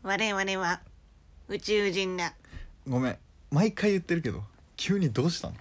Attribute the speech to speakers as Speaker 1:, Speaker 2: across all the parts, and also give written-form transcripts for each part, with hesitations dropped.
Speaker 1: 我々は宇宙人だ。
Speaker 2: ごめん、毎回言ってるけど急にどうしたの？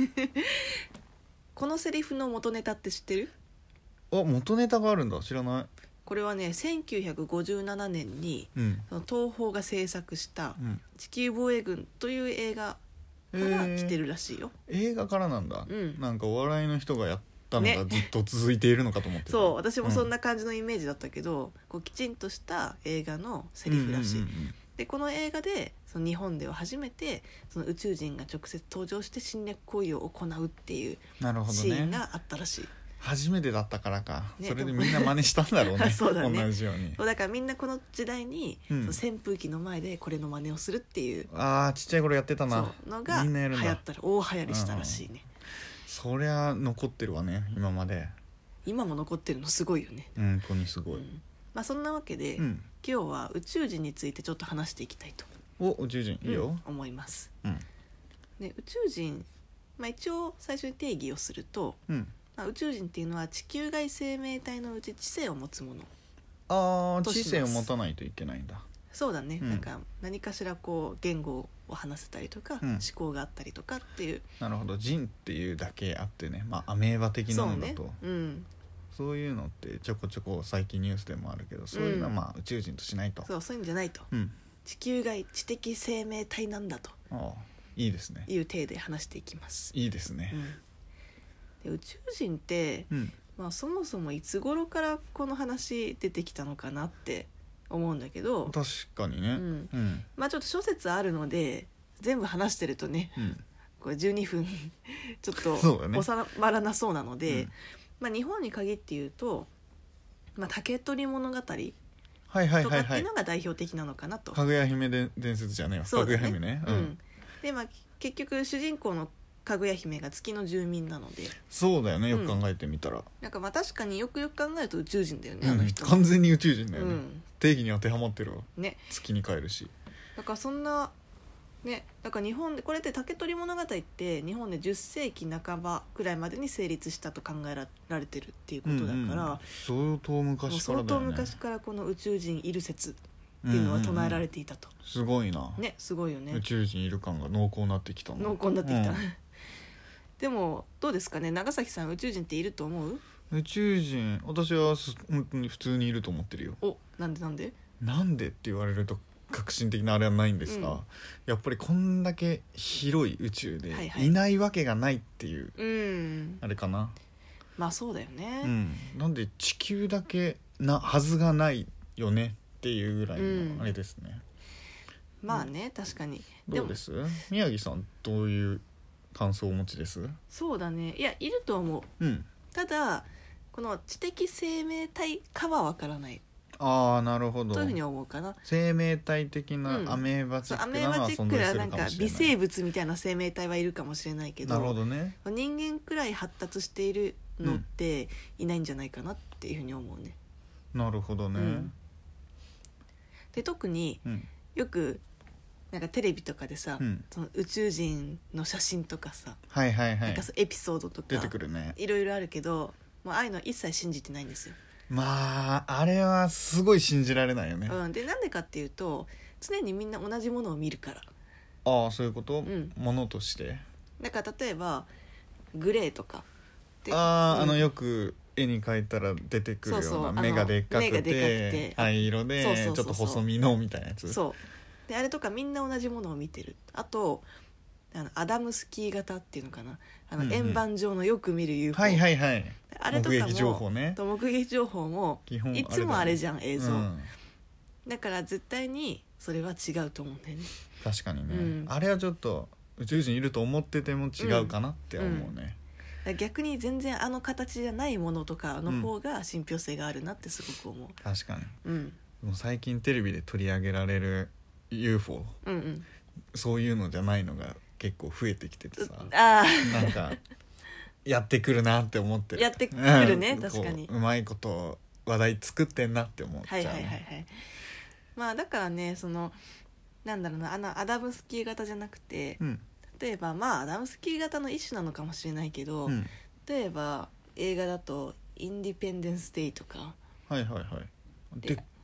Speaker 1: このセリフの元ネタって知ってる？
Speaker 2: あ、元ネタがあるんだ。知らない。
Speaker 1: これはね、1957年に、その東宝が制作した地球防衛軍という映画から来てるらしいよ。
Speaker 2: 映画からなんだ、なんかお笑いの人がやったのが
Speaker 1: ね
Speaker 2: ずっと続いているのかと思ってた、
Speaker 1: そう、私もそんな感じのイメージだったけど、こうきちんとした映画のセリフらしい、でこの映画でその日本では初めてその宇宙人が直接登場して侵略行為を行うっていう
Speaker 2: なるほどね、
Speaker 1: シーンがあったらしい。
Speaker 2: 初めてだったからか、
Speaker 1: ね、
Speaker 2: それでみんな真似したんだろうね。
Speaker 1: そうだね、
Speaker 2: 同じように。
Speaker 1: だからみんなこの時代に、その扇風機の前でこれの真似をするっていう、
Speaker 2: ちっちゃい頃やってたな、
Speaker 1: そうのが
Speaker 2: みんなやるんだ。
Speaker 1: 流行ったら大流行りしたらしいね、
Speaker 2: そりゃ残ってるわね、今まで。
Speaker 1: 今も残ってるのすごいよね。
Speaker 2: 本当にすごい、
Speaker 1: まあそんなわけで、今日は宇宙人についてちょっと話していきたいと
Speaker 2: 宇宙人いいよ、
Speaker 1: 思います、で宇宙人、一応最初に定義をすると、宇宙人っていうのは地球外生命体のうち知性を持つもの。
Speaker 2: 知性を持たないといけないんだ。
Speaker 1: そうだね、なんか何かしらこう言語を話せたりとか、思考があったりとかっていう。
Speaker 2: なるほど、人っていうだけあってね、アメーバ的なのだとそういうのってちょこちょこ最近ニュースでもあるけど、そういうのは宇宙人としないと、
Speaker 1: そういうんじゃないと、地球外知的生命体なんだと
Speaker 2: いいですね、
Speaker 1: いう体で話していきます。
Speaker 2: いいですね、
Speaker 1: で宇宙人って、そもそもいつ頃からこの話出てきたのかなって思うんだけど、
Speaker 2: 確かにね、
Speaker 1: ちょっと諸説あるので全部話してるとね、これ12分ちょっと収まらなそうなので、日本に限って言うと、竹取物語とかっていうのが代表的なのかなと。
Speaker 2: かぐや姫伝説じゃねえわ、かぐや姫ね、
Speaker 1: で結局主人公のかぐや姫が月の住民なので、
Speaker 2: そうだよね、よく考えてみたら、
Speaker 1: なんか確かによくよく考えると宇宙人だよね、あの人
Speaker 2: 完全に宇宙人だよね、定義に当てはまってるわ、月に帰るし。
Speaker 1: だからそんなね、だから日本でこれって竹取物語って日本で10世紀半ばくらいまでに成立したと考えられてるっていうことだから、
Speaker 2: 相当昔からだよね。
Speaker 1: 相当昔からこの宇宙人いる説っていうのは唱えられていたと、
Speaker 2: すごいな、
Speaker 1: すごいよね。
Speaker 2: 宇宙人いる感が濃厚になってきたな。
Speaker 1: 濃厚になってきた、でもどうですかね、長崎さん、宇宙人っていると思う？
Speaker 2: 宇宙人、私は本当に普通にいると思ってるよ。
Speaker 1: なんで
Speaker 2: って言われると革新的なあれはないんですが、やっぱりこんだけ広い宇宙でいないわけがないっていう、あれかな。
Speaker 1: そうだよね、
Speaker 2: なんで地球だけなはずがないよねっていうぐらいのあれですね、
Speaker 1: 確かに。
Speaker 2: どうです？宮城さん、どういう感想をお持ちです？
Speaker 1: そうだね、いや、いると思う、ただこの知的生命体かはわからない。
Speaker 2: なるほど、
Speaker 1: そういうふうに思うかな。
Speaker 2: 生命体的なアメーバチックなのは存在するかもしれない。
Speaker 1: なんか微生物みたいな生命体はいるかもしれないけど、
Speaker 2: なるほどね、
Speaker 1: 人間くらい発達しているのっていないんじゃないかなっていうふうに思うね。
Speaker 2: なるほどね、
Speaker 1: で特に、よくなんかテレビとかでさ、その宇宙人の写真とかさ、なんかエピソードとか
Speaker 2: 出てくるね、
Speaker 1: いろいろあるけど、もうああいうの一切信じてないんですよ。
Speaker 2: あれはすごい信じられないよね、
Speaker 1: でなんでかっていうと、常にみんな同じものを見るから。
Speaker 2: そういうこと、ものとして。
Speaker 1: だから例えばグレーとか
Speaker 2: よく絵に描いたら出てくるような目がでっかくて灰色でちょっと細身のみたいなやつ。
Speaker 1: であれとかみんな同じものを見てる。あとアダムスキー型っていうのかな、円盤状のよく見る UFO、あれとかも
Speaker 2: 目撃情報ね。
Speaker 1: 目撃情報もいつもあれじゃん、映像、だから絶対にそれは違うと思うんだよね。
Speaker 2: 確かにね、あれはちょっと宇宙人いると思ってても違うかなって思うね、
Speaker 1: 逆に全然あの形じゃないものとかの方が信憑性があるなってすごく思う。
Speaker 2: 確かに、もう最近テレビで取り上げられる UFO、そういうのじゃないのが結構増えてきててさ、なんかやってくるなって思ってる。
Speaker 1: やってくるね、確かに
Speaker 2: うまいこと話題作ってんなって思っちゃう、
Speaker 1: だからね、そのなんだろうな、アダムスキー型じゃなくて、例えばアダムスキー型の一種なのかもしれないけど、例えば映画だとインディペンデンス・デイとか、
Speaker 2: でっ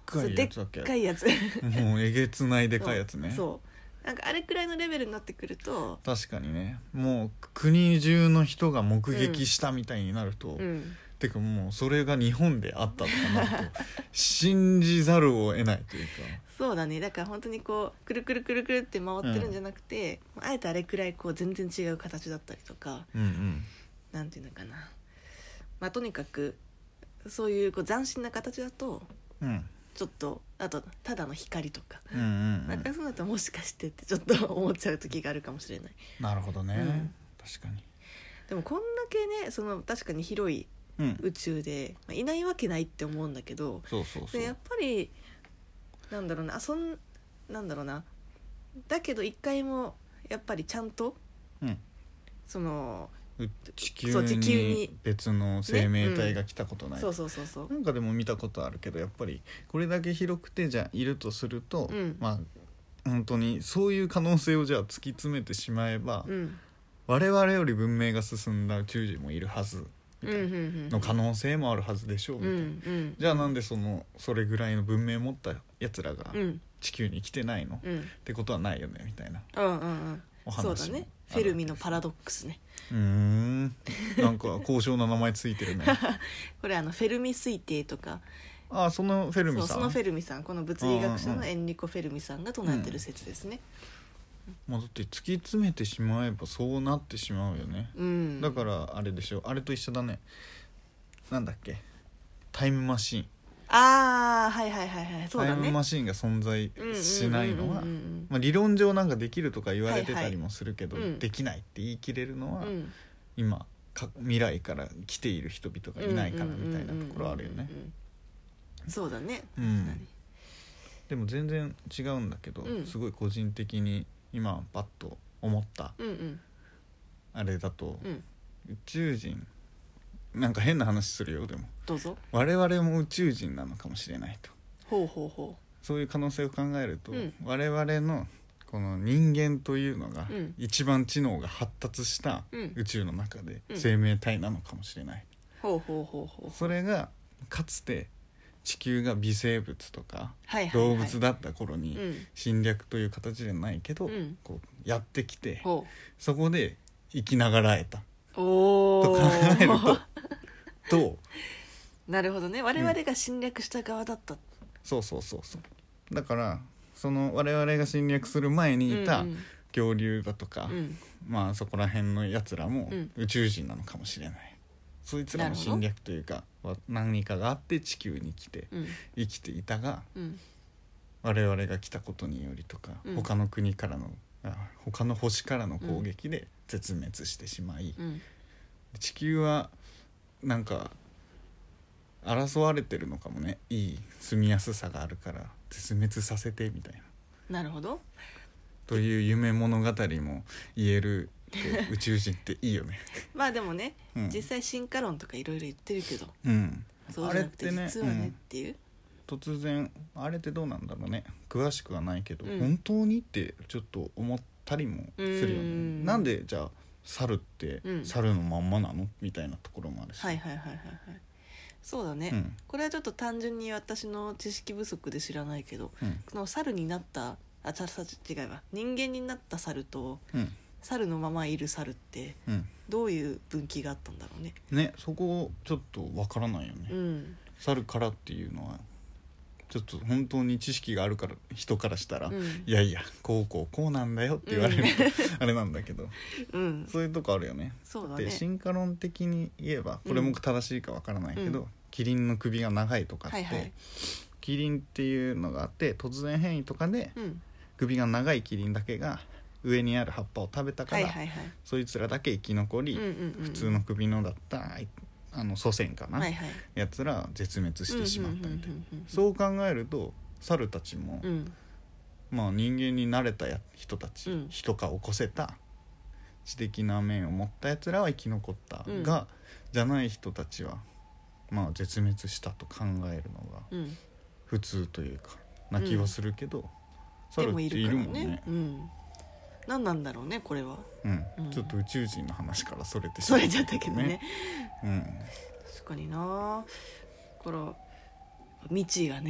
Speaker 2: かいやつだっけ。
Speaker 1: でっかいやつ
Speaker 2: もうえげつないでかいやつね。
Speaker 1: そうなんかあれくらいのレベルになってくると
Speaker 2: 確かにね、もう国中の人が目撃したみたいになると、てかもうそれが日本であったとかなると信じざるを得ないというか。
Speaker 1: そうだね、だから本当にこうくるくるくるくるって回ってるんじゃなくて、あえてあれくらいこう全然違う形だったりとか、なんていうのかな、まあとにかくそういうこう斬新な形だと、ちょっとあとただの光とか、なんかそうなるともしかしてってちょっと思っちゃう時があるかもしれない。
Speaker 2: なるほどね、確かに。
Speaker 1: でもこんだけね、その確かに広い宇宙で、いないわけないって思うんだけど、でやっぱりなんだろうな、なんだろうな、だけど一回もやっぱりちゃんと、その
Speaker 2: 地球に別の生命体が来たことない、なんかでも見たことあるけど、やっぱりこれだけ広くてじゃあいるとすると、まあ本当にそういう可能性をじゃあ突き詰めてしまえば、我々より文明が進んだ宇宙人もいるはずみたいなの可能性もあるはずでしょうみたいな、じゃあなんでそれぐらいの文明を持ったやつらが地球に来てないの、ってことはないよねみたいなお話も。
Speaker 1: そうだね、フェルミのパラドックスね。
Speaker 2: なんか高尚な名前ついてるね
Speaker 1: これフェルミ推定とか、
Speaker 2: そのフェルミさん、
Speaker 1: そのフェルミさん、この物理学者のエンリコ・フェルミさんが唱えてる説ですね。
Speaker 2: だって突き詰めてしまえばそうなってしまうよね、だからあれでしょ、あれと一緒だね、なんだっけ、タイムマシーン。
Speaker 1: はいはいはいはい、そうだね。
Speaker 2: タイムマシーンが存在しないのは理論上なんかできるとか言われてたりもするけど、できないって言い切れるのは、今未来から来ている人々がいないからみたいなところあるよね。
Speaker 1: そうだね、
Speaker 2: でも全然違うんだけど、すごい個人的に今パッと思ったあれだと、宇宙人、なんか変な話するよ、でも
Speaker 1: どうぞ。
Speaker 2: 我々も宇宙人なのかもしれないと。そういう可能性を考えると、我々のこの人間というのが一番知能が発達した宇宙の中で生命体なのかもしれない。それがかつて地球が微生物とか動物だった頃に侵略という形じゃないけど、こうやってきて、そこで生きながらえたと考えるとどう？
Speaker 1: なるほどね、我々が侵略した側だった、
Speaker 2: そうだからその我々が侵略する前にいた恐竜だとか、まあそこら辺のやつらも宇宙人なのかもしれない、そいつらの侵略というか何かがあって地球に来て生きていたが、我々が来たことによりとか、他の国からの他の星からの攻撃で絶滅してしまい、地球はなんか争われてるのかもね、いい住みやすさがあるから絶滅させてみたいな。
Speaker 1: なるほど。
Speaker 2: という夢物語も言える宇宙人っていいよね
Speaker 1: まあでもね、実際進化論とかいろいろ言ってるけど、そうじゃなくて実はねっていう、
Speaker 2: 突然あれってどうなんだろうね、詳しくはないけど、本当にってちょっと思ったりもするよね。なんでじゃあ猿って猿のまんまなのみたいなところもあるし、
Speaker 1: そうだね、これはちょっと単純に私の知識不足で知らないけど、この猿になった違いは人間になった猿と、猿のままいる猿ってどういう分岐があったんだろうね。
Speaker 2: ね、そこちょっとわからないよね、猿からっていうのはちょっと本当に知識があるから人からしたら、いやいやこうなんだよって言われるとあれなんだけど、そういうとこあるよね。
Speaker 1: そうだね。
Speaker 2: で進化論的に言えばこれも正しいかわからないけど、キリンの首が長いとかって、キリンっていうのがあって、突然変異とかで、首が長いキリンだけが上にある葉っぱを食べたから、そいつらだけ生き残り、普通の首のだった祖先かな、やつら絶滅してしまったみたいな。そう考えると猿たちも、まあ人間に慣れた人たち、人が起こせた知的な面を持ったやつらは生き残ったが、じゃない人たちはまあ絶滅したと考えるのが普通というかな気はするけど、猿っているもんね。
Speaker 1: 何なんだろうねこれは、
Speaker 2: ちょっと宇宙人の話からそれて
Speaker 1: それちゃったけどね、確かにな。これ未知がね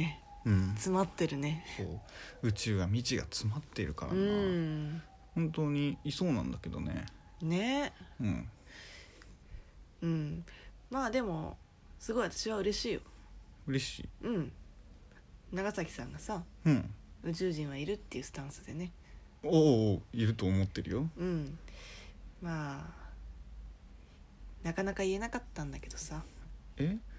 Speaker 1: 詰まってるね。
Speaker 2: そう宇宙は未知が詰まっているからな、本当にいそうなんだけどね。
Speaker 1: ね。まあでもすごい私は嬉しいよ。
Speaker 2: 嬉しい。
Speaker 1: 長崎さんがさ、宇宙人はいるっていうスタンスでね。
Speaker 2: おいると思ってるよ。
Speaker 1: まあなかなか言えなかったんだけどさ。